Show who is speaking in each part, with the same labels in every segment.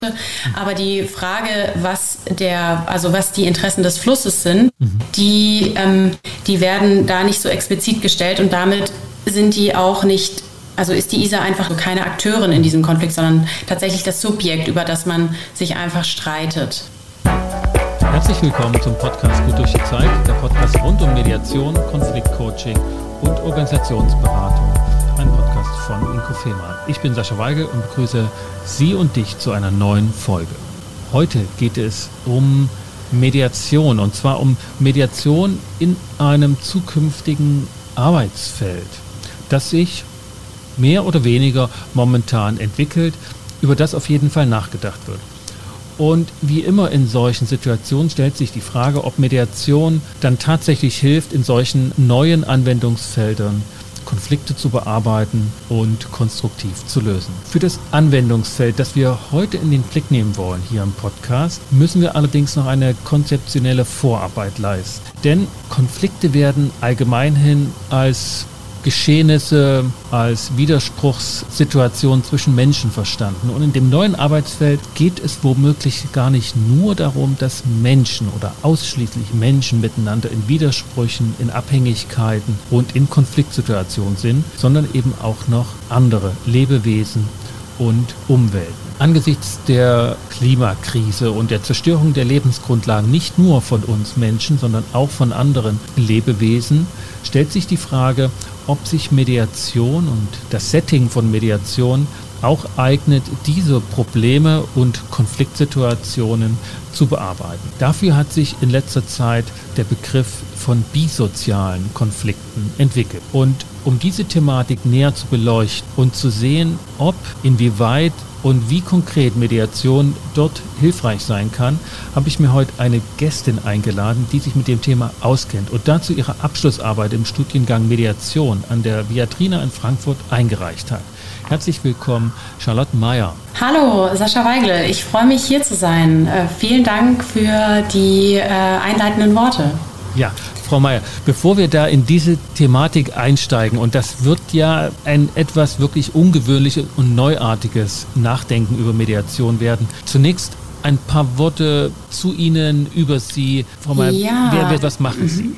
Speaker 1: Aber die Frage, was die Interessen des Flusses sind, die werden da nicht so explizit gestellt und damit sind die auch nicht, also ist die Isar einfach keine Akteurin in diesem Konflikt, sondern tatsächlich das Subjekt, über das man sich einfach streitet.
Speaker 2: Herzlich willkommen zum Podcast Gut durch die Zeit, der Podcast rund um Mediation, Konfliktcoaching und Organisationsberatung. Ein Podcast von Inko Fehmarn. Ich bin Sascha Weigel und begrüße Sie und dich zu einer neuen Folge. Heute geht es um Mediation und zwar um Mediation in einem zukünftigen Arbeitsfeld, das sich mehr oder weniger momentan entwickelt, über das auf jeden Fall nachgedacht wird. Und wie immer in solchen Situationen stellt sich die Frage, ob Mediation dann tatsächlich hilft, in solchen neuen Anwendungsfeldern Konflikte zu bearbeiten und konstruktiv zu lösen. Für das Anwendungsfeld, das wir heute in den Blick nehmen wollen hier im Podcast, müssen wir allerdings noch eine konzeptionelle Vorarbeit leisten. Denn Konflikte werden allgemeinhin als Geschehnisse, als Widerspruchssituationen zwischen Menschen verstanden. Und in dem neuen Arbeitsfeld geht es womöglich gar nicht nur darum, dass Menschen oder ausschließlich Menschen miteinander in Widersprüchen, in Abhängigkeiten und in Konfliktsituationen sind, sondern eben auch noch andere Lebewesen und Umwelten. Angesichts der Klimakrise und der Zerstörung der Lebensgrundlagen nicht nur von uns Menschen, sondern auch von anderen Lebewesen, stellt sich die Frage, ob sich Mediation und das Setting von Mediation auch eignet, diese Probleme und Konfliktsituationen zu bearbeiten. Dafür hat sich in letzter Zeit der Begriff von bisozialen Konflikten entwickelt. Und um diese Thematik näher zu beleuchten und zu sehen, ob, inwieweit und wie konkret Mediation dort hilfreich sein kann, habe ich mir heute eine Gästin eingeladen, die sich mit dem Thema auskennt und dazu ihre Abschlussarbeit im Studiengang Mediation an der Viadrina in Frankfurt eingereicht hat. Herzlich willkommen, Charlotte Meyer.
Speaker 1: Hallo, Sascha Weigel. Ich freue mich, hier zu sein. Vielen Dank für die einleitenden Worte.
Speaker 2: Ja, Frau Meyer, bevor wir da in diese Thematik einsteigen, und das wird ja ein etwas wirklich ungewöhnliches und neuartiges Nachdenken über Mediation werden, zunächst ein paar Worte zu Ihnen, über Sie. Frau Meyer, was machen Sie?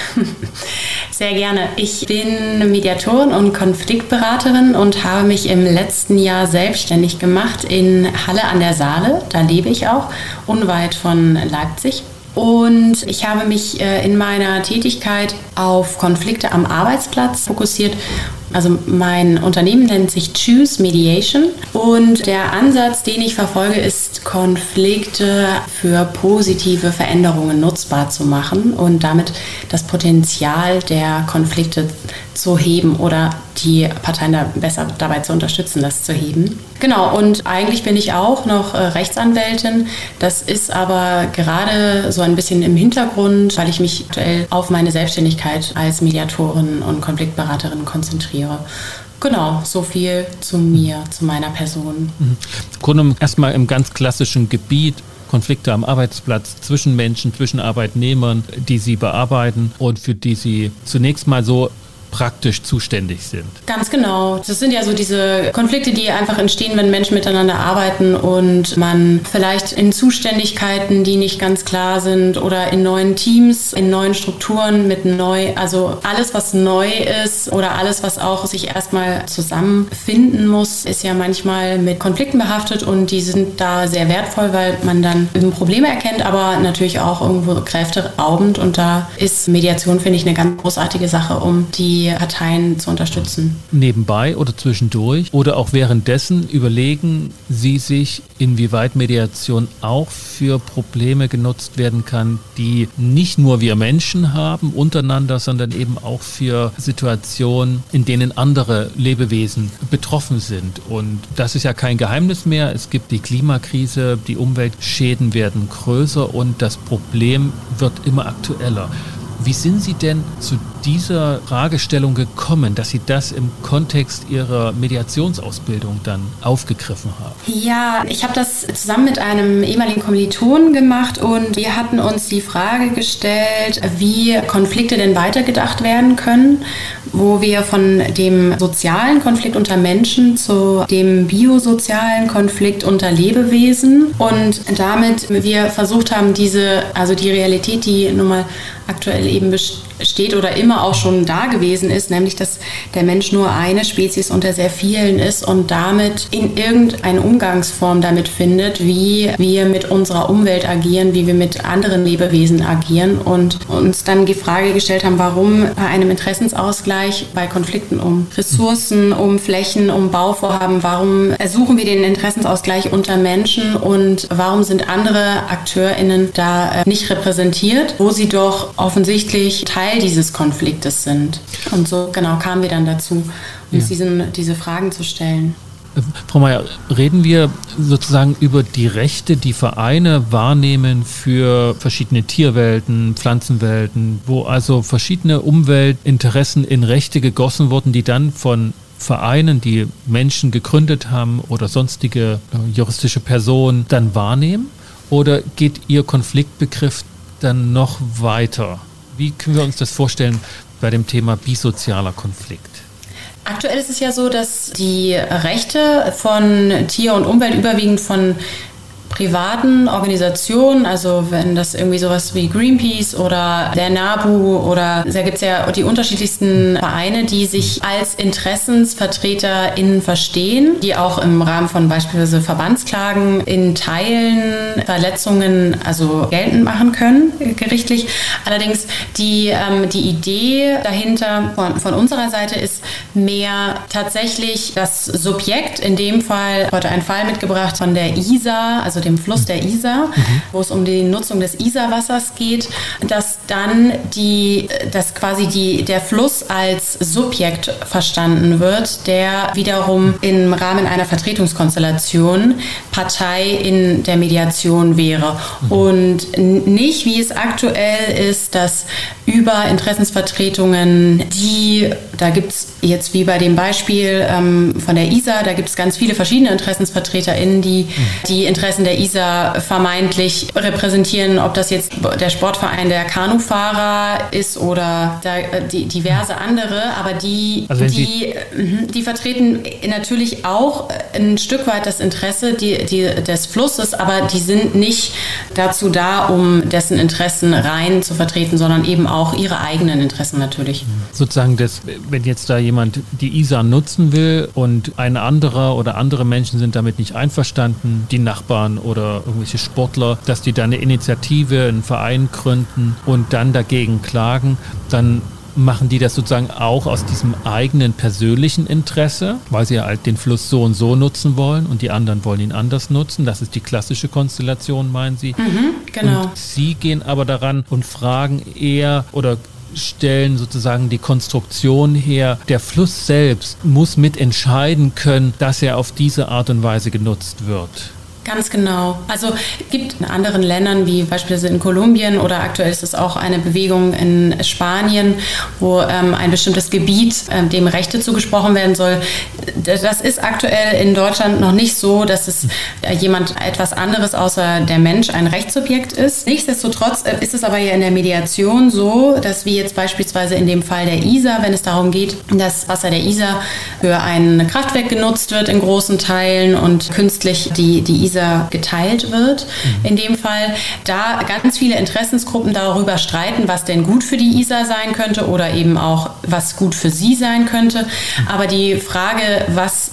Speaker 1: Sehr gerne. Ich bin Mediatorin und Konfliktberaterin und habe mich im letzten Jahr selbstständig gemacht in Halle an der Saale. Da lebe ich auch, unweit von Leipzig. Und ich habe mich in meiner Tätigkeit auf Konflikte am Arbeitsplatz fokussiert. Also mein Unternehmen nennt sich Choose Mediation und der Ansatz, den ich verfolge, ist, Konflikte für positive Veränderungen nutzbar zu machen und damit das Potenzial der Konflikte zu heben oder die Parteien da besser dabei zu unterstützen, das zu heben. Genau, und eigentlich bin ich auch noch Rechtsanwältin. Das ist aber gerade so ein bisschen im Hintergrund, weil ich mich aktuell auf meine Selbstständigkeit als Mediatorin und Konfliktberaterin konzentriere. Genau, so viel zu mir, zu meiner Person.
Speaker 2: Im Grunde genommen erstmal im ganz klassischen Gebiet Konflikte am Arbeitsplatz zwischen Menschen, zwischen Arbeitnehmern, die Sie bearbeiten und für die Sie zunächst mal so praktisch zuständig sind.
Speaker 1: Ganz genau. Das sind ja so diese Konflikte, die einfach entstehen, wenn Menschen miteinander arbeiten und man vielleicht in Zuständigkeiten, die nicht ganz klar sind oder in neuen Teams, in neuen Strukturen also alles, was neu ist oder alles, was auch sich erstmal zusammenfinden muss, ist ja manchmal mit Konflikten behaftet und die sind da sehr wertvoll, weil man dann Probleme erkennt, aber natürlich auch irgendwo kräfteraubend und da ist Mediation, finde ich, eine ganz großartige Sache, um die Parteien zu unterstützen.
Speaker 2: Nebenbei oder zwischendurch oder auch währenddessen überlegen Sie sich, inwieweit Mediation auch für Probleme genutzt werden kann, die nicht nur wir Menschen haben untereinander, sondern eben auch für Situationen, in denen andere Lebewesen betroffen sind. Und das ist ja kein Geheimnis mehr. Es gibt die Klimakrise, die Umweltschäden werden größer und das Problem wird immer aktueller. Wie sind Sie denn zu dieser Fragestellung gekommen, dass Sie das im Kontext Ihrer Mediationsausbildung dann aufgegriffen haben?
Speaker 1: Ja, ich habe das zusammen mit einem ehemaligen Kommilitonen gemacht und wir hatten uns die Frage gestellt, wie Konflikte denn weitergedacht werden können, wo wir von dem sozialen Konflikt unter Menschen zu dem biosozialen Konflikt unter Lebewesen und damit wir versucht haben, die Realität, die nun mal aktuell eben besteht oder immer auch schon da gewesen ist, nämlich dass der Mensch nur eine Spezies unter sehr vielen ist und damit in irgendeine Umgangsform damit findet, wie wir mit unserer Umwelt agieren, wie wir mit anderen Lebewesen agieren und uns dann die Frage gestellt haben, warum bei einem Interessensausgleich bei Konflikten um Ressourcen, um Flächen, um Bauvorhaben, warum suchen wir den Interessensausgleich unter Menschen und warum sind andere AkteurInnen da nicht repräsentiert, wo sie doch offensichtlich Teil dieses Konfliktes sind. Und so genau kamen wir dann dazu, uns diese Fragen zu stellen.
Speaker 2: Frau Meier, reden wir sozusagen über die Rechte, die Vereine wahrnehmen für verschiedene Tierwelten, Pflanzenwelten, wo also verschiedene Umweltinteressen in Rechte gegossen wurden, die dann von Vereinen, die Menschen gegründet haben oder sonstige juristische Personen dann wahrnehmen? Oder geht Ihr Konfliktbegriff dann noch weiter? Wie können wir uns das vorstellen bei dem Thema bisozialer Konflikt?
Speaker 1: Aktuell ist es ja so, dass die Rechte von Tier und Umwelt überwiegend von privaten Organisationen, also wenn das irgendwie sowas wie Greenpeace oder der NABU oder da gibt es ja die unterschiedlichsten Vereine, die sich als InteressensvertreterInnen verstehen, die auch im Rahmen von beispielsweise Verbandsklagen in Teilen Verletzungen also geltend machen können, gerichtlich. Allerdings die Idee dahinter von unserer Seite ist mehr tatsächlich das Subjekt, in dem Fall heute ein Fall mitgebracht von der Isar, also dem Fluss der Isar, wo es um die Nutzung des Isarwassers geht, dass dann der Fluss als Subjekt verstanden wird, der wiederum im Rahmen einer Vertretungskonstellation Partei in der Mediation wäre. Und nicht, wie es aktuell ist, dass über Interessensvertretungen, da gibt es jetzt wie bei dem Beispiel von der Isar, da gibt es ganz viele verschiedene InteressensvertreterInnen, die Interessen der Isar vermeintlich repräsentieren, ob das jetzt der Sportverein der Kanufahrer ist oder diverse andere, aber die vertreten natürlich auch ein Stück weit das Interesse des Flusses, aber die sind nicht dazu da, um dessen Interessen rein zu vertreten, sondern eben auch ihre eigenen Interessen natürlich.
Speaker 2: Sozusagen, wenn jetzt da jemand die Isar nutzen will und ein anderer oder andere Menschen sind damit nicht einverstanden, die Nachbarn oder irgendwelche Sportler, dass die da eine Initiative, einen Verein gründen und dann dagegen klagen, dann machen die das sozusagen auch aus diesem eigenen persönlichen Interesse, weil sie halt den Fluss so und so nutzen wollen und die anderen wollen ihn anders nutzen. Das ist die klassische Konstellation, meinen Sie?
Speaker 1: Genau.
Speaker 2: Und Sie gehen aber daran und fragen eher oder stellen sozusagen die Konstruktion her, der Fluss selbst muss mitentscheiden können, dass er auf diese Art und Weise genutzt wird.
Speaker 1: Ganz genau. Also es gibt in anderen Ländern, wie beispielsweise in Kolumbien oder aktuell ist es auch eine Bewegung in Spanien, wo ein bestimmtes Gebiet dem Rechte zugesprochen werden soll. Das ist aktuell in Deutschland noch nicht so, dass es jemand etwas anderes außer der Mensch ein Rechtssubjekt ist. Nichtsdestotrotz ist es aber ja in der Mediation so, dass wie jetzt beispielsweise in dem Fall der Isar, wenn es darum geht, dass Wasser der Isar für ein Kraftwerk genutzt wird in großen Teilen und künstlich die Isar geteilt wird. In dem Fall, da ganz viele Interessensgruppen darüber streiten, was denn gut für die Isar sein könnte oder eben auch, was gut für sie sein könnte. Aber die Frage, was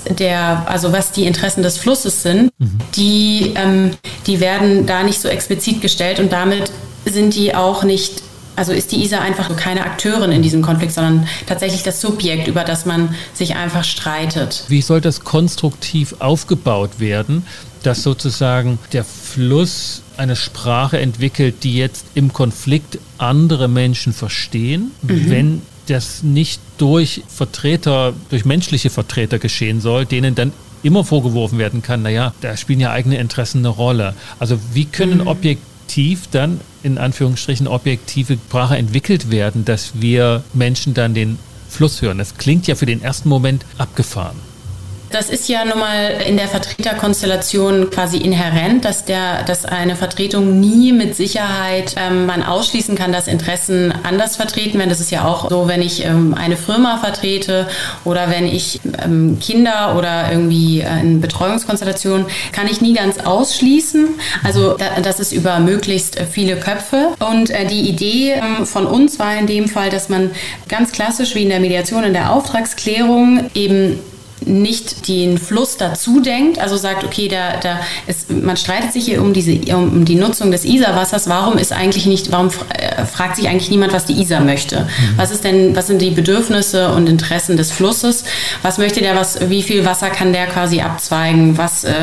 Speaker 1: die Interessen des Flusses sind, die werden da nicht so explizit gestellt und damit sind die auch nicht. Also ist die Isar einfach keine Akteurin in diesem Konflikt, sondern tatsächlich das Subjekt, über das man sich einfach streitet.
Speaker 2: Wie soll das konstruktiv aufgebaut werden, dass sozusagen der Fluss eine Sprache entwickelt, die jetzt im Konflikt andere Menschen verstehen, wenn das nicht durch menschliche Vertreter geschehen soll, denen dann immer vorgeworfen werden kann, naja, da spielen ja eigene Interessen eine Rolle. Also wie können objektiv dann, in Anführungsstrichen objektive Sprache entwickelt werden, dass wir Menschen dann den Fluss hören. Das klingt ja für den ersten Moment abgefahren.
Speaker 1: Das ist ja nun mal in der Vertreterkonstellation quasi inhärent, dass eine Vertretung nie mit Sicherheit man ausschließen kann, dass Interessen anders vertreten werden. Das ist ja auch so, wenn ich eine Firma vertrete oder wenn ich Kinder oder irgendwie eine Betreuungskonstellation, kann ich nie ganz ausschließen. Also das ist über möglichst viele Köpfe. Und die Idee von uns war in dem Fall, dass man ganz klassisch wie in der Mediation, in der Auftragsklärung eben nicht den Fluss dazu denkt, also sagt, okay, man streitet sich hier um die Nutzung des Isarwassers. Warum fragt sich eigentlich niemand, was die Isar möchte? Was sind die Bedürfnisse und Interessen des Flusses? Was möchte der, wie viel Wasser kann der quasi abzweigen?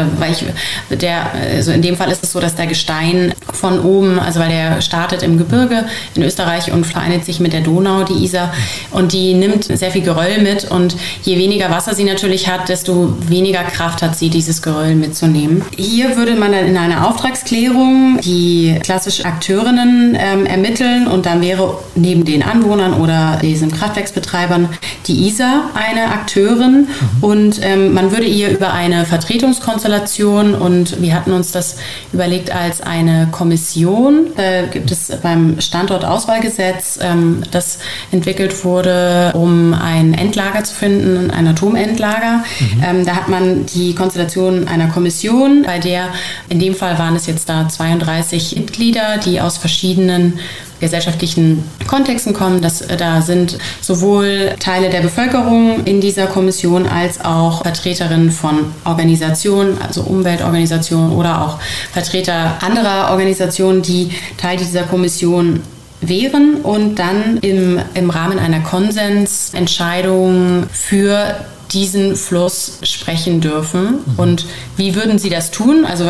Speaker 1: Also in dem Fall ist es so, dass der Gestein von oben, also weil der startet im Gebirge in Österreich und vereinigt sich mit der Donau, die Isar, und die nimmt sehr viel Geröll mit, und je weniger Wasser sie natürlich hat, desto weniger Kraft hat sie, dieses Geröll mitzunehmen. Hier würde man dann in einer Auftragsklärung die klassischen Akteurinnen ermitteln, und dann wäre neben den Anwohnern oder diesen Kraftwerksbetreibern die Isar eine Akteurin, und man würde ihr über eine Vertretungskonstellation, und wir hatten uns das überlegt als eine Kommission, da gibt es beim Standortauswahlgesetz, das entwickelt wurde, um ein Endlager zu finden, ein Atomendlager. Da hat man die Konstellation einer Kommission, bei der, in dem Fall waren es jetzt da 32 Mitglieder, die aus verschiedenen gesellschaftlichen Kontexten kommen. Da sind sowohl Teile der Bevölkerung in dieser Kommission als auch Vertreterinnen von Organisationen, also Umweltorganisationen oder auch Vertreter anderer Organisationen, die Teil dieser Kommission wären und dann im Rahmen einer Konsensentscheidung für diesen Fluss sprechen dürfen. Und wie würden Sie das tun? Also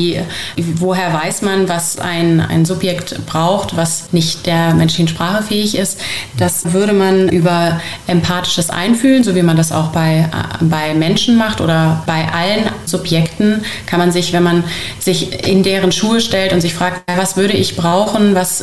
Speaker 1: woher weiß man, was ein Subjekt braucht, was nicht der menschlichen Sprache fähig ist? Das würde man über empathisches Einfühlen, so wie man das auch bei Menschen macht oder bei allen Subjekten, kann man sich, wenn man sich in deren Schuhe stellt und sich fragt, was würde ich brauchen, was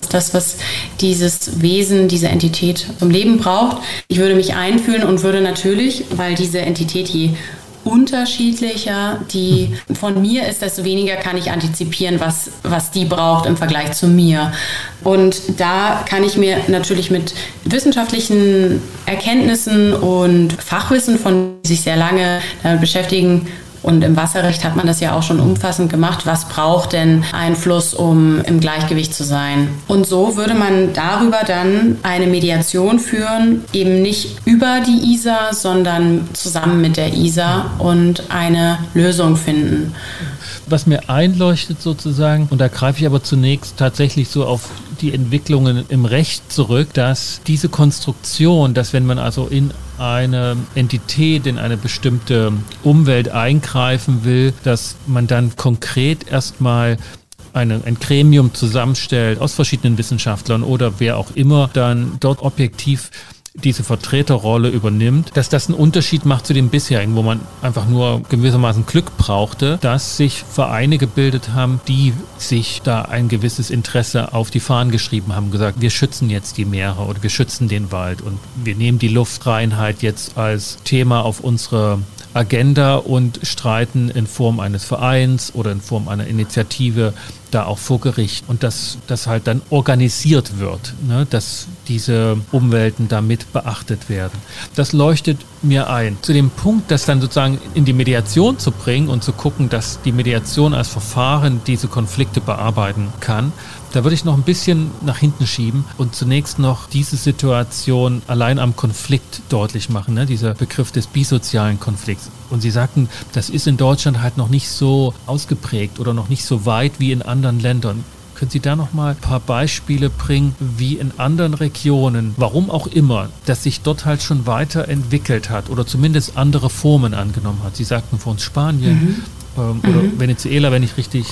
Speaker 1: dieses Wesen, diese Entität zum Leben braucht. Ich würde mich einfühlen und würde natürlich, weil diese Entität je unterschiedlicher die von mir ist, desto weniger kann ich antizipieren, was die braucht im Vergleich zu mir. Und da kann ich mir natürlich mit wissenschaftlichen Erkenntnissen und Fachwissen, von die sich sehr lange damit beschäftigen, und im Wasserrecht hat man das ja auch schon umfassend gemacht. Was braucht denn ein Fluss, um im Gleichgewicht zu sein? Und so würde man darüber dann eine Mediation führen, eben nicht über die Isar, sondern zusammen mit der Isar und eine Lösung finden.
Speaker 2: Was mir einleuchtet sozusagen, und da greife ich aber zunächst tatsächlich so auf die Entwicklungen im Recht zurück, dass diese Konstruktion, dass wenn man also in eine Entität, in eine bestimmte Umwelt eingreifen will, dass man dann konkret erstmal ein Gremium zusammenstellt aus verschiedenen Wissenschaftlern oder wer auch immer dann dort objektiv diese Vertreterrolle übernimmt, dass das einen Unterschied macht zu dem bisherigen, wo man einfach nur gewissermaßen Glück brauchte, dass sich Vereine gebildet haben, die sich da ein gewisses Interesse auf die Fahnen geschrieben haben, gesagt, wir schützen jetzt die Meere oder wir schützen den Wald und wir nehmen die Luftreinheit jetzt als Thema auf unsere Agenda und streiten in Form eines Vereins oder in Form einer Initiative da auch vor Gericht. Und dass das halt dann organisiert wird, ne, dass diese Umwelten damit beachtet werden. Das leuchtet mir ein. Zu dem Punkt, das dann sozusagen in die Mediation zu bringen und zu gucken, dass die Mediation als Verfahren diese Konflikte bearbeiten kann, da würde ich noch ein bisschen nach hinten schieben und zunächst noch diese Situation allein am Konflikt deutlich machen, ne? Dieser Begriff des bisozialen Konflikts. Und Sie sagten, das ist in Deutschland halt noch nicht so ausgeprägt oder noch nicht so weit wie in anderen Ländern. Können Sie da noch mal ein paar Beispiele bringen, wie in anderen Regionen, warum auch immer, dass sich dort halt schon weiterentwickelt hat oder zumindest andere Formen angenommen hat? Sie sagten vor uns Spanien oder Venezuela, wenn ich richtig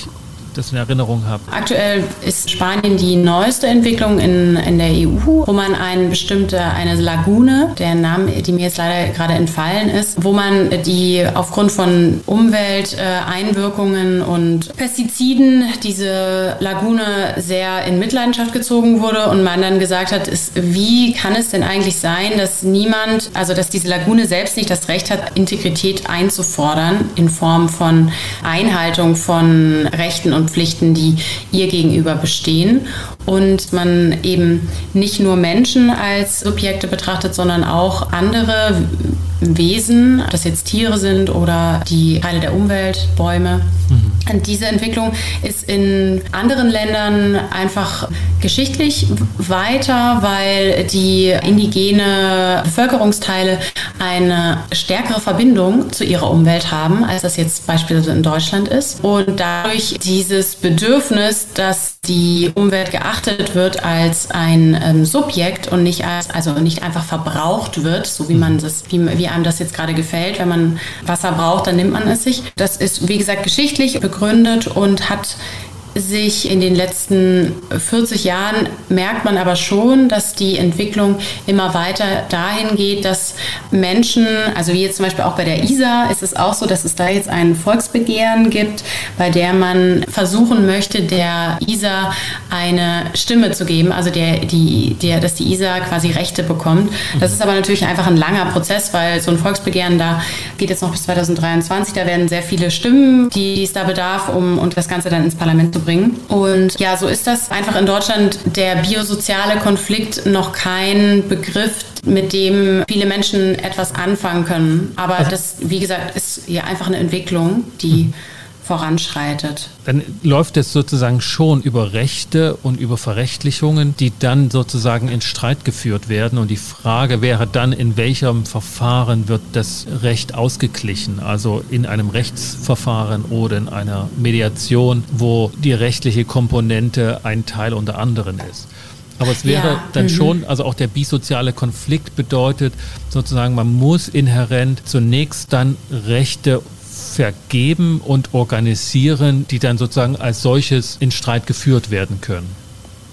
Speaker 2: das in Erinnerung habe.
Speaker 1: Aktuell ist Spanien die neueste Entwicklung in der EU, wo man eine Lagune, deren Name, die mir jetzt leider gerade entfallen ist, wo man die aufgrund von Umwelteinwirkungen und Pestiziden diese Lagune sehr in Mitleidenschaft gezogen wurde und man dann gesagt hat, wie kann es denn eigentlich sein, dass dass diese Lagune selbst nicht das Recht hat, Integrität einzufordern in Form von Einhaltung von Rechten und Pflichten, die ihr gegenüber bestehen und man eben nicht nur Menschen als Subjekte betrachtet, sondern auch andere Wesen, ob das jetzt Tiere sind oder die Teile der Umwelt, Bäume. Und diese Entwicklung ist in anderen Ländern einfach geschichtlich weiter, weil die indigene Bevölkerungsteile eine stärkere Verbindung zu ihrer Umwelt haben, als das jetzt beispielsweise in Deutschland ist. Und dadurch dieses Bedürfnis, dass die Umwelt geachtet wird als ein Subjekt und nicht einfach verbraucht wird, so wie man das, wie einem das jetzt gerade gefällt. Wenn man Wasser braucht, dann nimmt man es sich. Das ist, wie gesagt, geschichtlich begründet und hat sich in den letzten 40 Jahren merkt man aber schon, dass die Entwicklung immer weiter dahin geht, dass Menschen, also wie jetzt zum Beispiel auch bei der Isar, ist es auch so, dass es da jetzt ein Volksbegehren gibt, bei der man versuchen möchte, der Isar eine Stimme zu geben, also dass die Isar quasi Rechte bekommt. Das ist aber natürlich einfach ein langer Prozess, weil so ein Volksbegehren, da geht jetzt noch bis 2023, da werden sehr viele Stimmen, die es da bedarf, um das Ganze dann ins Parlament zu bringen. Und ja, so ist das einfach in Deutschland der biosoziale Konflikt noch kein Begriff, mit dem viele Menschen etwas anfangen können. Aber das, wie gesagt, ist ja einfach eine Entwicklung, die voranschreitet.
Speaker 2: Dann läuft es sozusagen schon über Rechte und über Verrechtlichungen, die dann sozusagen in Streit geführt werden. Und die Frage wäre dann, in welchem Verfahren wird das Recht ausgeglichen? Also in einem Rechtsverfahren oder in einer Mediation, wo die rechtliche Komponente ein Teil unter anderem ist. Aber es wäre dann schon, also auch der bisoziale Konflikt bedeutet sozusagen, man muss inhärent zunächst dann Rechte vergeben und organisieren, die dann sozusagen als solches in Streit geführt werden können.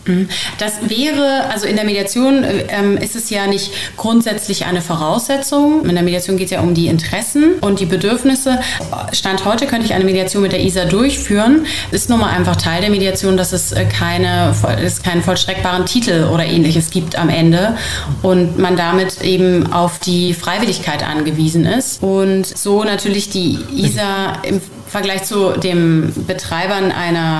Speaker 1: Das wäre, also in der Mediation ist es ja nicht grundsätzlich eine Voraussetzung. In der Mediation geht es ja um die Interessen und die Bedürfnisse. Stand heute könnte ich eine Mediation mit der Isar durchführen. Ist nun mal einfach Teil der Mediation, dass es keinen vollstreckbaren Titel oder Ähnliches gibt am Ende und man damit eben auf die Freiwilligkeit angewiesen ist. Und so natürlich die Isar im Vergleich zu den Betreibern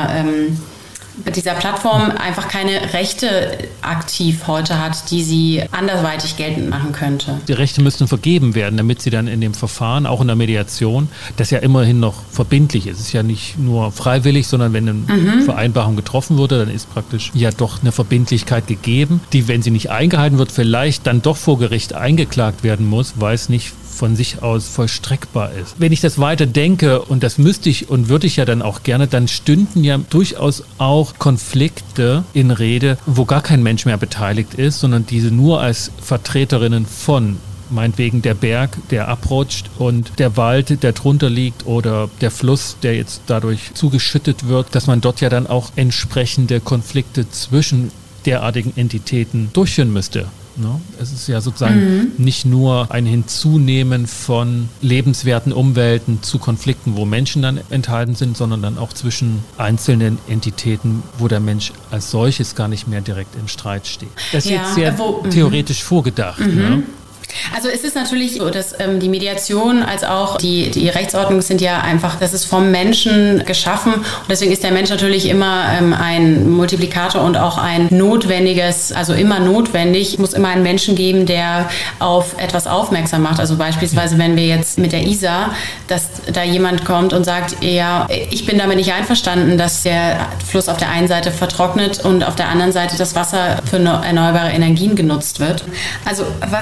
Speaker 1: dieser Plattform einfach keine Rechte aktiv heute hat, die sie anderweitig geltend machen könnte.
Speaker 2: Die Rechte müssten vergeben werden, damit sie dann in dem Verfahren, auch in der Mediation, das ja immerhin noch verbindlich ist. Es ist ja nicht nur freiwillig, sondern wenn eine Vereinbarung getroffen wurde, dann ist praktisch ja doch eine Verbindlichkeit gegeben, die, wenn sie nicht eingehalten wird, vielleicht dann doch vor Gericht eingeklagt werden muss, weil es nicht von sich aus vollstreckbar ist. Wenn ich das weiter denke, und das müsste ich und würde ich ja dann auch gerne, dann stünden ja durchaus auch Konflikte in Rede, wo gar kein Mensch mehr beteiligt ist, sondern diese nur als Vertreterinnen von meinetwegen der Berg, der abrutscht und der Wald, der drunter liegt oder der Fluss, der jetzt dadurch zugeschüttet wird, dass man dort ja dann auch entsprechende Konflikte zwischen derartigen Entitäten durchführen müsste. Es ist ja sozusagen nicht nur ein Hinzunehmen von lebenswerten Umwelten zu Konflikten, wo Menschen dann enthalten sind, sondern dann auch zwischen einzelnen Entitäten, wo der Mensch als solches gar nicht mehr direkt im Streit steht. Das ist jetzt sehr theoretisch vorgedacht. Ne?
Speaker 1: Also es ist natürlich so, dass die Mediation als auch die Rechtsordnung sind ja einfach, das ist vom Menschen geschaffen und deswegen ist der Mensch natürlich immer ein Multiplikator und auch ein notwendiges, also immer notwendig. Es muss immer einen Menschen geben, der auf etwas aufmerksam macht. Also beispielsweise, wenn wir jetzt mit der Isar, dass da jemand kommt und sagt, ja, ich bin damit nicht einverstanden, dass der Fluss auf der einen Seite vertrocknet und auf der anderen Seite das Wasser für erneuerbare Energien genutzt wird. Also was für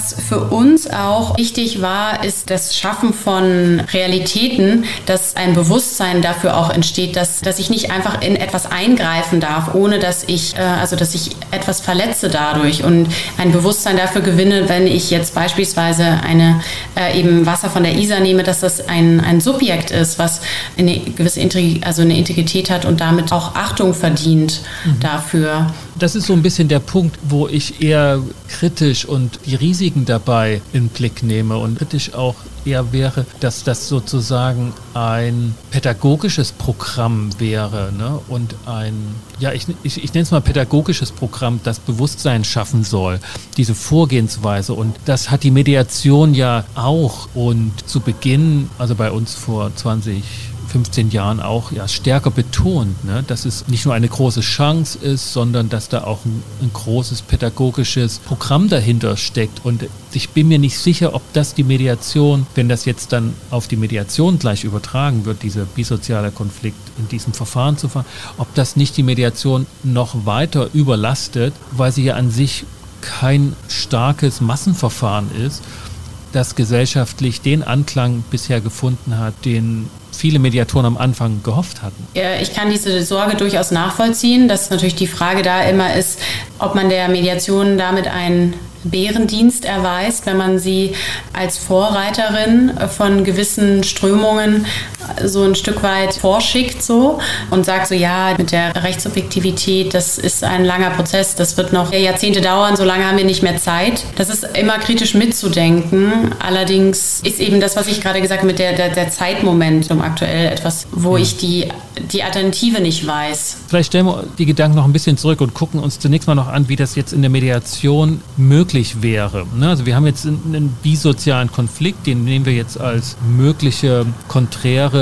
Speaker 1: uns auch wichtig war, ist das Schaffen von Realitäten, dass ein Bewusstsein dafür auch entsteht, dass ich nicht einfach in etwas eingreifen darf, ohne dass ich etwas verletze dadurch und ein Bewusstsein dafür gewinne, wenn ich jetzt beispielsweise eben Wasser von der Isar nehme, dass das ein Subjekt ist, was eine gewisse eine Integrität hat und damit auch Achtung verdient dafür.
Speaker 2: Das ist so ein bisschen der Punkt, wo ich eher kritisch und die Risiken dabei in den Blick nehme und kritisch auch eher wäre, dass das sozusagen ein pädagogisches Programm wäre, ne? Und ich nenne es mal pädagogisches Programm, das Bewusstsein schaffen soll, diese Vorgehensweise. Und das hat die Mediation ja auch. Und zu Beginn, also bei uns vor 15 Jahren auch stärker betont, ne, dass es nicht nur eine große Chance ist, sondern dass da auch ein großes pädagogisches Programm dahinter steckt. Und ich bin mir nicht sicher, ob das die Mediation, wenn das jetzt dann auf die Mediation gleich übertragen wird, dieser bisoziale Konflikt in diesem Verfahren zu fahren, ob das nicht die Mediation noch weiter überlastet, weil sie ja an sich kein starkes Massenverfahren ist, das gesellschaftlich den Anklang bisher gefunden hat, den viele Mediatoren am Anfang gehofft hatten.
Speaker 1: Ich kann diese Sorge durchaus nachvollziehen, dass natürlich die Frage da immer ist, ob man der Mediation damit einen Bärendienst erweist, wenn man sie als Vorreiterin von gewissen Strömungen so ein Stück weit vorschickt so und sagt so, ja, mit der Rechtssubjektivität, das ist ein langer Prozess, das wird noch Jahrzehnte dauern, so lange haben wir nicht mehr Zeit. Das ist immer kritisch mitzudenken. Allerdings ist eben das, was ich gerade gesagt habe, mit der Zeitmomentum aktuell etwas, wo ich die Alternative nicht weiß.
Speaker 2: Vielleicht stellen wir die Gedanken noch ein bisschen zurück und gucken uns zunächst mal noch an, wie das jetzt in der Mediation möglich wäre. Also wir haben jetzt einen bisozialen Konflikt, den nehmen wir jetzt als mögliche konträre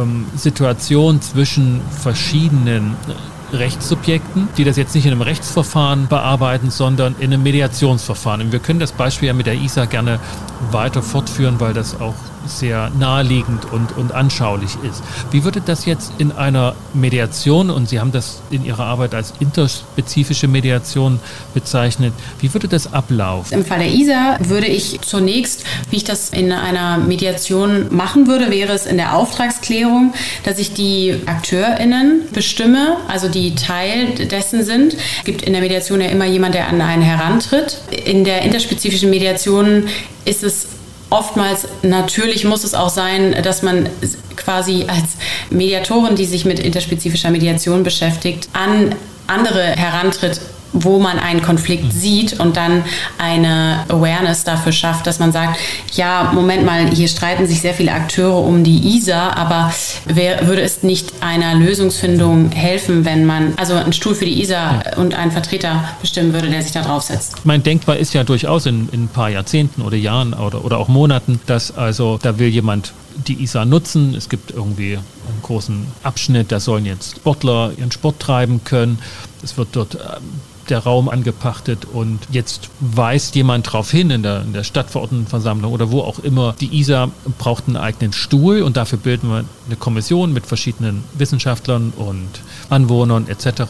Speaker 2: Situation zwischen verschiedenen Rechtssubjekten, die das jetzt nicht in einem Rechtsverfahren bearbeiten, sondern in einem Mediationsverfahren. Und wir können das Beispiel ja mit der Isar gerne weiter fortführen, weil das auch sehr naheliegend und anschaulich ist. Wie würde das jetzt in einer Mediation, und Sie haben das in Ihrer Arbeit als interspezifische Mediation bezeichnet, wie würde das ablaufen?
Speaker 1: Im Fall der Isar würde ich zunächst, wie ich das in einer Mediation machen würde, wäre es in der Auftragsklärung, dass ich die AkteurInnen bestimme, also die Teil dessen sind. Es gibt in der Mediation ja immer jemand, der an einen herantritt. In der interspezifischen Mediation ist es oftmals, natürlich muss es auch sein, dass man quasi als Mediatorin, die sich mit interspezifischer Mediation beschäftigt, an andere herantritt, wo man einen Konflikt sieht und dann eine Awareness dafür schafft, dass man sagt, ja, Moment mal, hier streiten sich sehr viele Akteure um die Isar, aber würde es nicht einer Lösungsfindung helfen, wenn man also einen Stuhl für die Isar und einen Vertreter bestimmen würde, der sich da draufsetzt?
Speaker 2: Mein denkbar ist ja durchaus in ein paar Jahrzehnten oder Jahren oder auch Monaten, dass also da will jemand die Isar nutzen. Es gibt irgendwie einen großen Abschnitt, da sollen jetzt Sportler ihren Sport treiben können. Es wird dort der Raum angepachtet und jetzt weist jemand darauf hin in der Stadtverordnetenversammlung oder wo auch immer, die Isar braucht einen eigenen Stuhl und dafür bilden wir eine Kommission mit verschiedenen Wissenschaftlern und Anwohnern etc.,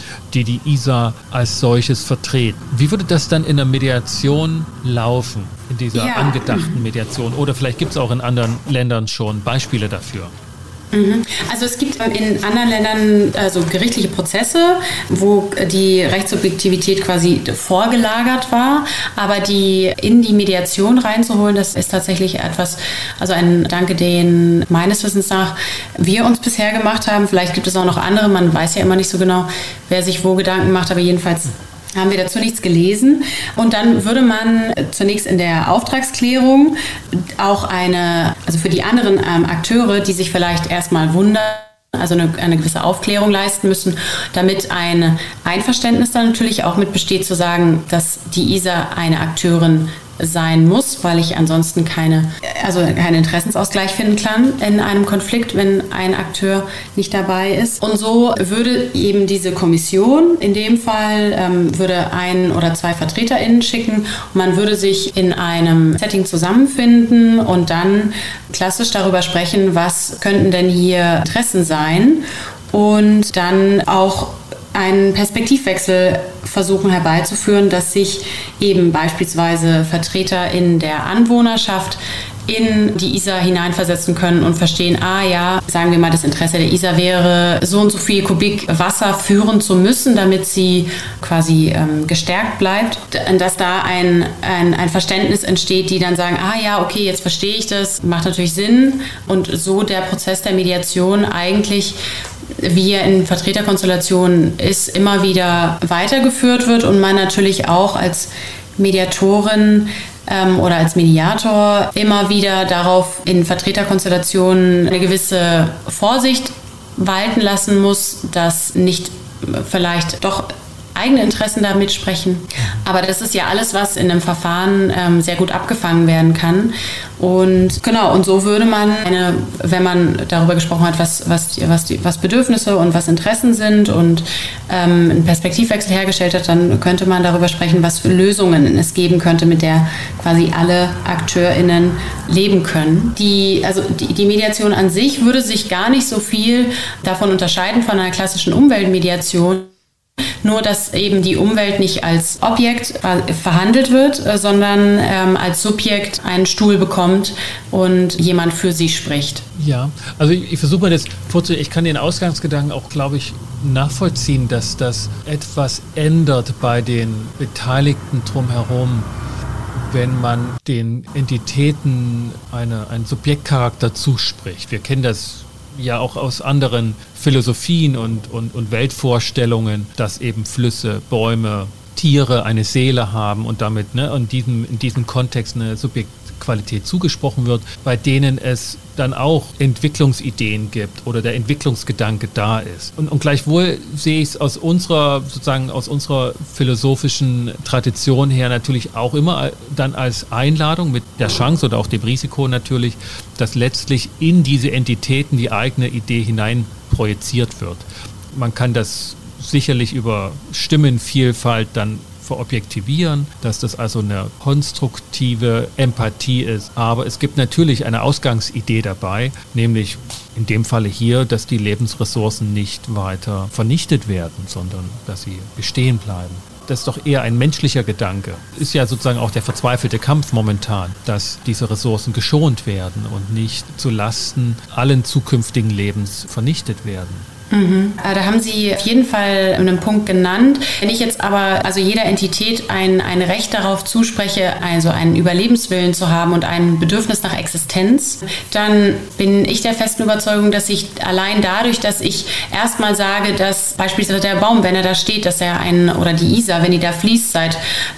Speaker 2: die Isar als solches vertreten. Wie würde das dann in der Mediation laufen, in dieser angedachten Mediation? Oder vielleicht gibt es auch in anderen Ländern schon Beispiele dafür?
Speaker 1: Also es gibt in anderen Ländern also gerichtliche Prozesse, wo die Rechtssubjektivität quasi vorgelagert war, aber die in die Mediation reinzuholen, das ist tatsächlich etwas, also ein Gedanke, den meines Wissens nach wir uns bisher gemacht haben. Vielleicht gibt es auch noch andere, man weiß ja immer nicht so genau, wer sich wo Gedanken macht, aber jedenfalls haben wir dazu nichts gelesen. Und dann würde man zunächst in der Auftragsklärung auch also für die anderen Akteure, die sich vielleicht erstmal wundern, also eine gewisse Aufklärung leisten müssen, damit ein Einverständnis dann natürlich auch mit besteht, zu sagen, dass die Isar eine Akteurin sein muss, weil ich ansonsten keinen Interessensausgleich finden kann in einem Konflikt, wenn ein Akteur nicht dabei ist. Und so würde eben diese Kommission in dem Fall würde 1 oder 2 VertreterInnen schicken und man würde sich in einem Setting zusammenfinden und dann klassisch darüber sprechen, was könnten denn hier Interessen sein und dann auch einen Perspektivwechsel versuchen herbeizuführen, dass sich eben beispielsweise Vertreter in der Anwohnerschaft in die Isar hineinversetzen können und verstehen, sagen wir mal, das Interesse der Isar wäre, so und so viel Kubik Wasser führen zu müssen, damit sie quasi gestärkt bleibt. Dass da ein Verständnis entsteht, die dann sagen, okay, jetzt verstehe ich das, macht natürlich Sinn. Und so der Prozess der Mediation eigentlich, wie er in Vertreterkonstellationen ist, immer wieder weitergeführt wird und man natürlich auch als Mediatorin oder als Mediator immer wieder darauf in Vertreterkonstellationen eine gewisse Vorsicht walten lassen muss, dass nicht vielleicht doch eigene Interessen da mitsprechen. Aber das ist ja alles, was in einem Verfahren sehr gut abgefangen werden kann. Und genau, und so würde man, wenn man darüber gesprochen hat, was Bedürfnisse und was Interessen sind und einen Perspektivwechsel hergestellt hat, dann könnte man darüber sprechen, was für Lösungen es geben könnte, mit der quasi alle AkteurInnen leben können. Die Mediation an sich würde sich gar nicht so viel davon unterscheiden von einer klassischen Umweltmediation. Nur, dass eben die Umwelt nicht als Objekt verhandelt wird, sondern als Subjekt einen Stuhl bekommt und jemand für sie spricht.
Speaker 2: Ja, also ich versuche mal das vorzustellen. Ich kann den Ausgangsgedanken auch, glaube ich, nachvollziehen, dass das etwas ändert bei den Beteiligten drumherum, wenn man den Entitäten einen Subjektcharakter zuspricht. Wir kennen das ja auch aus anderen Philosophien und Weltvorstellungen, dass eben Flüsse, Bäume, Tiere eine Seele haben und damit in diesem Kontext eine Subjektqualität zugesprochen wird, bei denen es dann auch Entwicklungsideen gibt oder der Entwicklungsgedanke da ist. Und gleichwohl sehe ich es aus unserer philosophischen Tradition her natürlich auch immer dann als Einladung mit der Chance oder auch dem Risiko natürlich, dass letztlich in diese Entitäten die eigene Idee hinein projiziert wird. Man kann das sicherlich über Stimmenvielfalt dann verobjektivieren, dass das also eine konstruktive Empathie ist. Aber es gibt natürlich eine Ausgangsidee dabei, nämlich in dem Falle hier, dass die Lebensressourcen nicht weiter vernichtet werden, sondern dass sie bestehen bleiben. Das ist doch eher ein menschlicher Gedanke. Ist ja sozusagen auch der verzweifelte Kampf momentan, dass diese Ressourcen geschont werden und nicht zu Lasten allen zukünftigen Lebens vernichtet werden.
Speaker 1: Da haben Sie auf jeden Fall einen Punkt genannt. Wenn ich jetzt aber jeder Entität ein Recht darauf zuspreche, also einen Überlebenswillen zu haben und ein Bedürfnis nach Existenz, dann bin ich der festen Überzeugung, dass ich allein dadurch, dass ich erstmal sage, dass beispielsweise der Baum, wenn er da steht, dass er oder die Isar, wenn die da fließt seit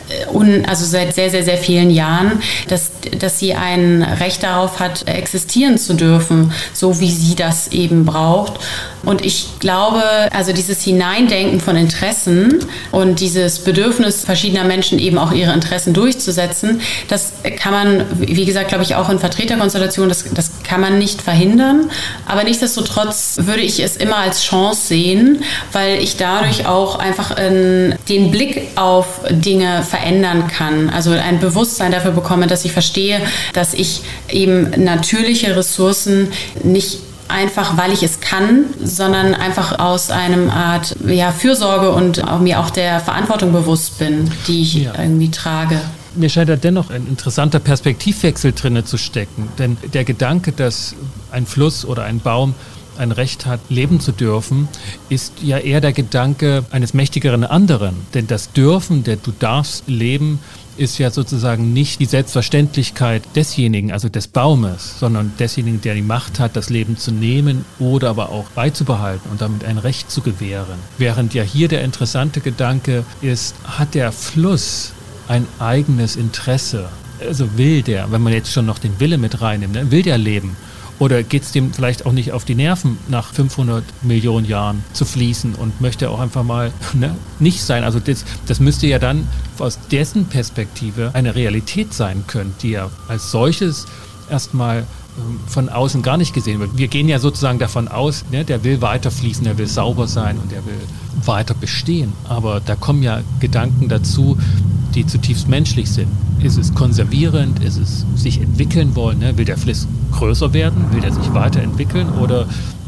Speaker 1: sehr, sehr, sehr vielen Jahren, dass sie ein Recht darauf hat, existieren zu dürfen, so wie sie das eben braucht. Und ich glaube, dieses Hineindenken von Interessen und dieses Bedürfnis verschiedener Menschen eben auch ihre Interessen durchzusetzen, das kann man, wie gesagt, glaube ich, auch in Vertreterkonstellationen, das kann man nicht verhindern. Aber nichtsdestotrotz würde ich es immer als Chance sehen, weil ich dadurch auch einfach den Blick auf Dinge verändern kann. Also ein Bewusstsein dafür bekomme, dass ich verstehe, dass ich eben natürliche Ressourcen nicht einfach, weil ich es kann, sondern einfach aus einem Art Fürsorge und mir auch der Verantwortung bewusst bin, die ich irgendwie trage.
Speaker 2: Mir scheint da dennoch ein interessanter Perspektivwechsel drin zu stecken, denn der Gedanke, dass ein Fluss oder ein Baum ein Recht hat, leben zu dürfen, ist ja eher der Gedanke eines mächtigeren anderen. Denn das Dürfen, du darfst leben, ist ja sozusagen nicht die Selbstverständlichkeit desjenigen, also des Baumes, sondern desjenigen, der die Macht hat, das Leben zu nehmen oder aber auch beizubehalten und damit ein Recht zu gewähren. Während ja hier der interessante Gedanke ist, hat der Fluss ein eigenes Interesse? Also will der, wenn man jetzt schon noch den Wille mit reinnimmt, will der leben? Oder geht es dem vielleicht auch nicht auf die Nerven, nach 500 Millionen Jahren zu fließen und möchte auch einfach mal nicht sein? Also das müsste ja dann aus dessen Perspektive eine Realität sein können, die ja als solches erstmal von außen gar nicht gesehen wird. Wir gehen ja sozusagen davon aus, der will weiter fließen, der will sauber sein und der will weiter bestehen. Aber da kommen ja Gedanken dazu, die zutiefst menschlich sind. Ist es konservierend? Ist es sich entwickeln wollen? Will der Fluss größer werden? Will der sich weiterentwickeln? Oder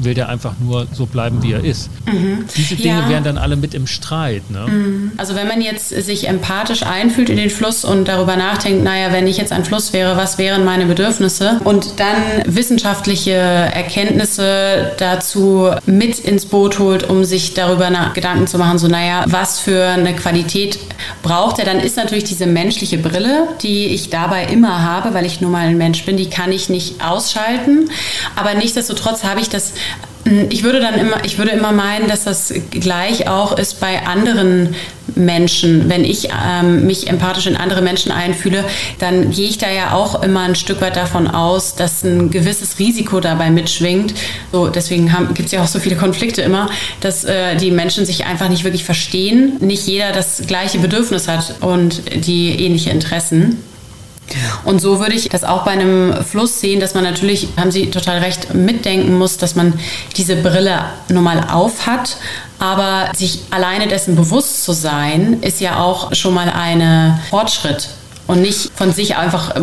Speaker 2: will der einfach nur so bleiben, wie er ist. Diese Dinge wären dann alle mit im Streit. Ne?
Speaker 1: Also wenn man jetzt sich empathisch einfühlt in den Fluss und darüber nachdenkt, naja, wenn ich jetzt ein Fluss wäre, was wären meine Bedürfnisse? Und dann wissenschaftliche Erkenntnisse dazu mit ins Boot holt, um sich darüber Gedanken zu machen, so naja, was für eine Qualität braucht er? Dann ist natürlich diese menschliche Brille, die ich dabei immer habe, weil ich nun mal ein Mensch bin, die kann ich nicht ausschalten. Aber nichtsdestotrotz habe ich das. Ich würde immer meinen, dass das gleich auch ist bei anderen Menschen. Wenn ich mich empathisch in andere Menschen einfühle, dann gehe ich da ja auch immer ein Stück weit davon aus, dass ein gewisses Risiko dabei mitschwingt. So, deswegen gibt es ja auch so viele Konflikte immer, dass die Menschen sich einfach nicht wirklich verstehen. Nicht jeder das gleiche Bedürfnis hat und die ähnliche Interessen. Und so würde ich das auch bei einem Fluss sehen, dass man natürlich, haben Sie total recht, mitdenken muss, dass man diese Brille nun mal auf hat. Aber sich alleine dessen bewusst zu sein, ist ja auch schon mal ein Fortschritt und nicht von sich einfach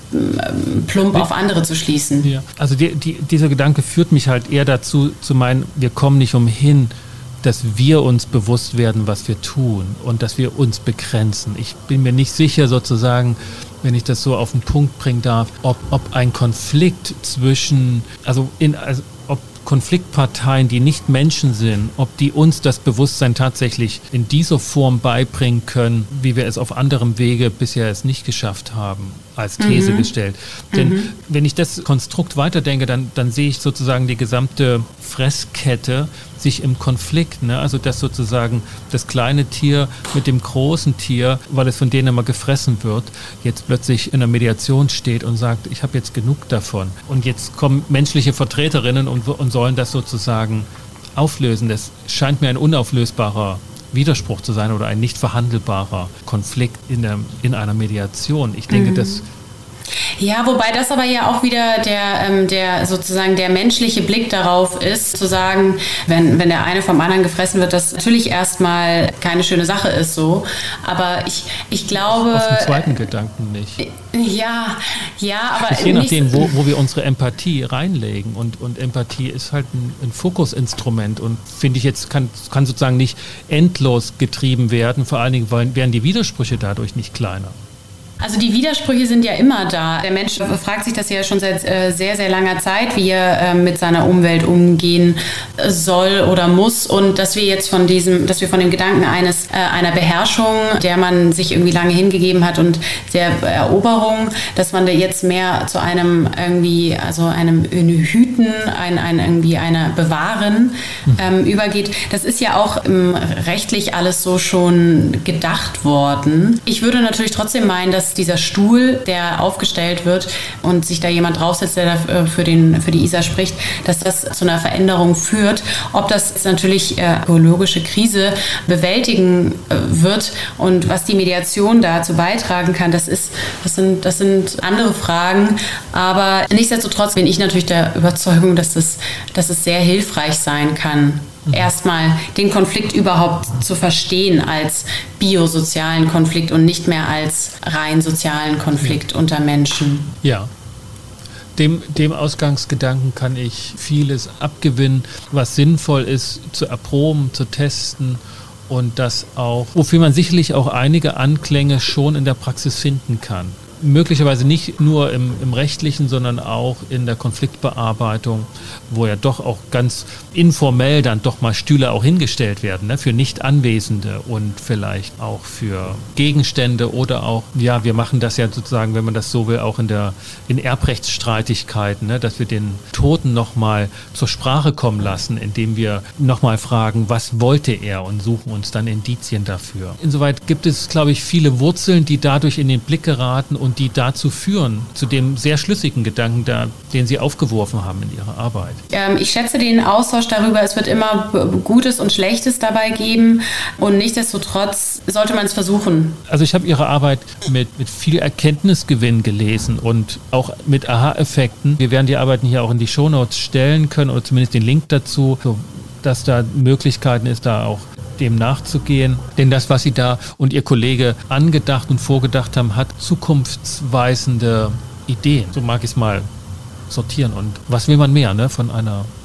Speaker 1: plump auf andere zu schließen.
Speaker 2: Ja. Also dieser Gedanke führt mich halt eher dazu, zu meinen, wir kommen nicht umhin, dass wir uns bewusst werden, was wir tun und dass wir uns begrenzen. Ich bin mir nicht sicher sozusagen, wenn ich das so auf den Punkt bringen darf, ob ein Konflikt zwischen, ob Konfliktparteien, die nicht Menschen sind, ob die uns das Bewusstsein tatsächlich in dieser Form beibringen können, wie wir es auf anderem Wege bisher es nicht geschafft haben, als These gestellt. Denn wenn ich das Konstrukt weiterdenke, dann sehe ich sozusagen die gesamte Fresskette sich im Konflikt, ne? Also dass sozusagen das kleine Tier mit dem großen Tier, weil es von denen immer gefressen wird, jetzt plötzlich in der Mediation steht und sagt, ich habe jetzt genug davon. Und jetzt kommen menschliche Vertreterinnen und sollen das sozusagen auflösen. Das scheint mir ein unauflösbarer Widerspruch zu sein oder ein nicht verhandelbarer Konflikt in einer Mediation. Ich denke, das.
Speaker 1: Ja, wobei das aber ja auch wieder der sozusagen der menschliche Blick darauf ist, zu sagen, wenn der eine vom anderen gefressen wird, das natürlich erstmal keine schöne Sache ist so. Aber ich glaube.
Speaker 2: Auf den zweiten Gedanken nicht.
Speaker 1: Ja, aber.
Speaker 2: Je nachdem, wo wir unsere Empathie reinlegen. Und Empathie ist halt ein Fokusinstrument und finde ich jetzt, kann sozusagen nicht endlos getrieben werden. Vor allen Dingen werden die Widersprüche dadurch nicht kleiner.
Speaker 1: Also die Widersprüche sind ja immer da. Der Mensch fragt sich das ja schon seit sehr, sehr langer Zeit, wie er mit seiner Umwelt umgehen soll oder muss. Und dass wir jetzt von dem Gedanken einer Beherrschung, der man sich irgendwie lange hingegeben hat und der Eroberung, dass man da jetzt mehr zu einem irgendwie, also einem Hüten, einer Bewahren übergeht. Das ist ja auch rechtlich alles so schon gedacht worden. Ich würde natürlich trotzdem meinen, dass dieser Stuhl, der aufgestellt wird und sich da jemand draufsetzt, der da für die Isar spricht, dass das zu einer Veränderung führt. Ob das jetzt natürlich ökologische Krise bewältigen wird und was die Mediation dazu beitragen kann, das sind andere Fragen. Aber nichtsdestotrotz bin ich natürlich der Überzeugung, dass es sehr hilfreich sein kann, erstmal den Konflikt überhaupt zu verstehen als biosozialen Konflikt und nicht mehr als rein sozialen Konflikt unter Menschen.
Speaker 2: Ja. Dem Ausgangsgedanken kann ich vieles abgewinnen, was sinnvoll ist, zu erproben, zu testen und das auch, wofür man sicherlich auch einige Anklänge schon in der Praxis finden kann. Möglicherweise nicht nur im Rechtlichen, sondern auch in der Konfliktbearbeitung, wo ja doch auch ganz informell dann doch mal Stühle auch hingestellt werden, ne, für Nicht-Anwesende und vielleicht auch für Gegenstände oder auch, ja, wir machen das ja sozusagen, wenn man das so will, auch in Erbrechtsstreitigkeiten, ne, dass wir den Toten nochmal zur Sprache kommen lassen, indem wir nochmal fragen, was wollte er und suchen uns dann Indizien dafür. Insoweit gibt es, glaube ich, viele Wurzeln, die dadurch in den Blick geraten und die dazu führen, zu dem sehr schlüssigen Gedanken, den Sie aufgeworfen haben in Ihrer Arbeit.
Speaker 1: Ich schätze den Austausch darüber, es wird immer Gutes und Schlechtes dabei geben und nichtsdestotrotz sollte man es versuchen.
Speaker 2: Also ich habe Ihre Arbeit mit viel Erkenntnisgewinn gelesen und auch mit Aha-Effekten. Wir werden die Arbeiten hier auch in die Shownotes stellen können oder zumindest den Link dazu, sodass da Möglichkeiten ist, da auch dem nachzugehen. Denn das, was Sie da und Ihr Kollege angedacht und vorgedacht haben, hat zukunftsweisende Ideen. So mag ich es mal sortieren. Und was will man mehr, ne, von einer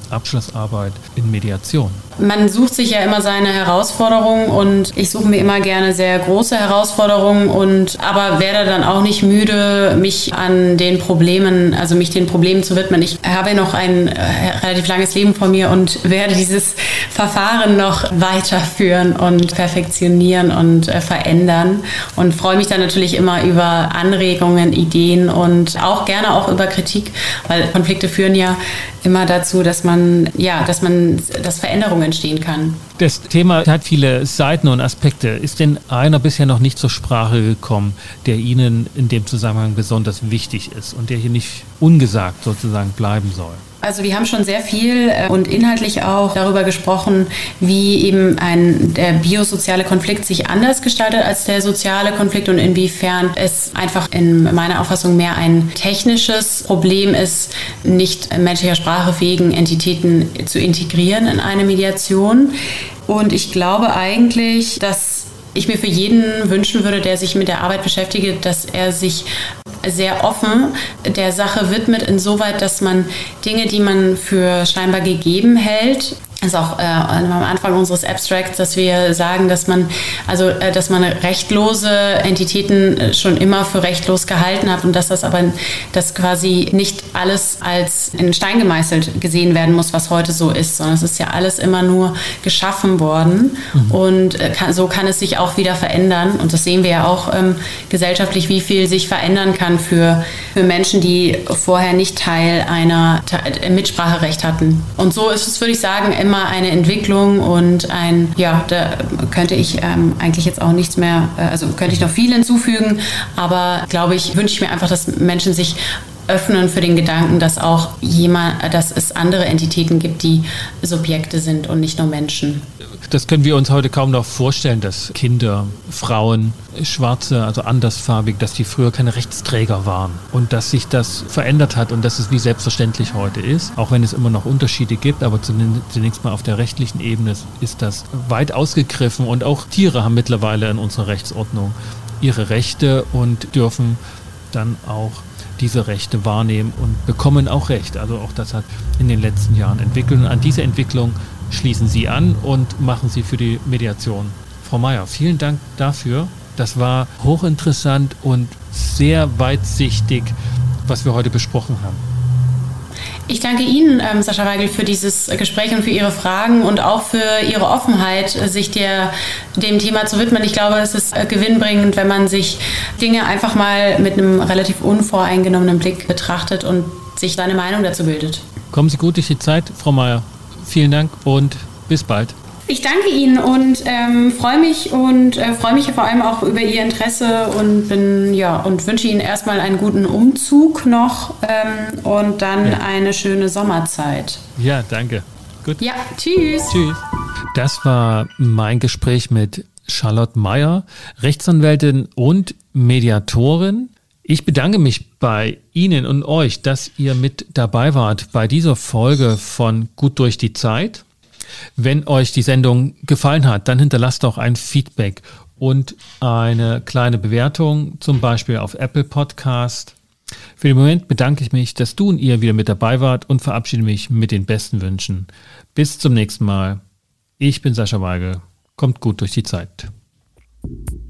Speaker 2: Abschlussarbeit in Mediation?
Speaker 1: Man sucht sich ja immer seine Herausforderungen und ich suche mir immer gerne sehr große Herausforderungen aber werde dann auch nicht müde, mich den Problemen zu widmen. Ich habe noch ein relativ langes Leben vor mir und werde dieses Verfahren noch weiterführen und perfektionieren und verändern und freue mich dann natürlich immer über Anregungen, Ideen und auch gerne auch über Kritik, weil Konflikte führen ja immer dazu, dass Veränderungen entstehen kann.
Speaker 2: Das Thema hat viele Seiten und Aspekte. Ist denn einer bisher noch nicht zur Sprache gekommen, der Ihnen in dem Zusammenhang besonders wichtig ist und der hier nicht ungesagt sozusagen bleiben soll?
Speaker 1: Also wir haben schon sehr viel und inhaltlich auch darüber gesprochen, wie eben der biosoziale Konflikt sich anders gestaltet als der soziale Konflikt und inwiefern es einfach in meiner Auffassung mehr ein technisches Problem ist, nicht menschlicher Sprache fähigen Entitäten zu integrieren in eine Mediation. Und ich glaube eigentlich, dass ich mir für jeden wünschen würde, der sich mit der Arbeit beschäftigt, dass er sich sehr offen der Sache widmet, insoweit, dass man Dinge, die man für scheinbar gegeben hält, das ist auch am Anfang unseres Abstracts, dass wir sagen, dass man rechtlose Entitäten schon immer für rechtlos gehalten hat und dass das quasi nicht alles als in Stein gemeißelt gesehen werden muss, was heute so ist, sondern es ist ja alles immer nur geschaffen worden und so kann es sich auch wieder verändern und das sehen wir ja auch gesellschaftlich, wie viel sich verändern kann für Menschen, die vorher nicht Teil einer Mitspracherecht hatten. Und so ist es, würde ich sagen, immer eine Entwicklung und da könnte ich eigentlich jetzt auch nichts mehr, also könnte ich noch viel hinzufügen, aber glaube ich, wünsche ich mir einfach, dass Menschen sich öffnen für den Gedanken, dass es andere Entitäten gibt, die Subjekte sind und nicht nur Menschen.
Speaker 2: Das können wir uns heute kaum noch vorstellen, dass Kinder, Frauen, Schwarze, also andersfarbig, dass die früher keine Rechtsträger waren und dass sich das verändert hat und dass es wie selbstverständlich heute ist, auch wenn es immer noch Unterschiede gibt, aber zunächst mal auf der rechtlichen Ebene ist das weit ausgegriffen und auch Tiere haben mittlerweile in unserer Rechtsordnung ihre Rechte und dürfen dann auch diese Rechte wahrnehmen und bekommen auch Recht. Also auch das hat in den letzten Jahren entwickelt und an diese Entwicklung schließen Sie an und machen Sie für die Mediation. Frau Meyer, vielen Dank dafür. Das war hochinteressant und sehr weitsichtig, was wir heute besprochen haben.
Speaker 1: Ich danke Ihnen, Sascha Weigel, für dieses Gespräch und für Ihre Fragen und auch für Ihre Offenheit, sich dem Thema zu widmen. Ich glaube, es ist gewinnbringend, wenn man sich Dinge einfach mal mit einem relativ unvoreingenommenen Blick betrachtet und sich seine Meinung dazu bildet.
Speaker 2: Kommen Sie gut durch die Zeit, Frau Meyer. Vielen Dank und bis bald.
Speaker 1: Ich danke Ihnen und freue mich vor allem auch über Ihr Interesse und wünsche Ihnen erstmal einen guten Umzug noch und dann eine schöne Sommerzeit.
Speaker 2: Ja, danke. Gut.
Speaker 1: Ja, tschüss.
Speaker 2: Tschüss. Das war mein Gespräch mit Charlotte Meyer, Rechtsanwältin und Mediatorin. Ich bedanke mich bei Ihnen und euch, dass ihr mit dabei wart bei dieser Folge von Gut durch die Zeit. Wenn euch die Sendung gefallen hat, dann hinterlasst auch ein Feedback und eine kleine Bewertung, zum Beispiel auf Apple Podcast. Für den Moment bedanke ich mich, dass du und ihr wieder mit dabei wart und verabschiede mich mit den besten Wünschen. Bis zum nächsten Mal. Ich bin Sascha Weigel. Kommt gut durch die Zeit.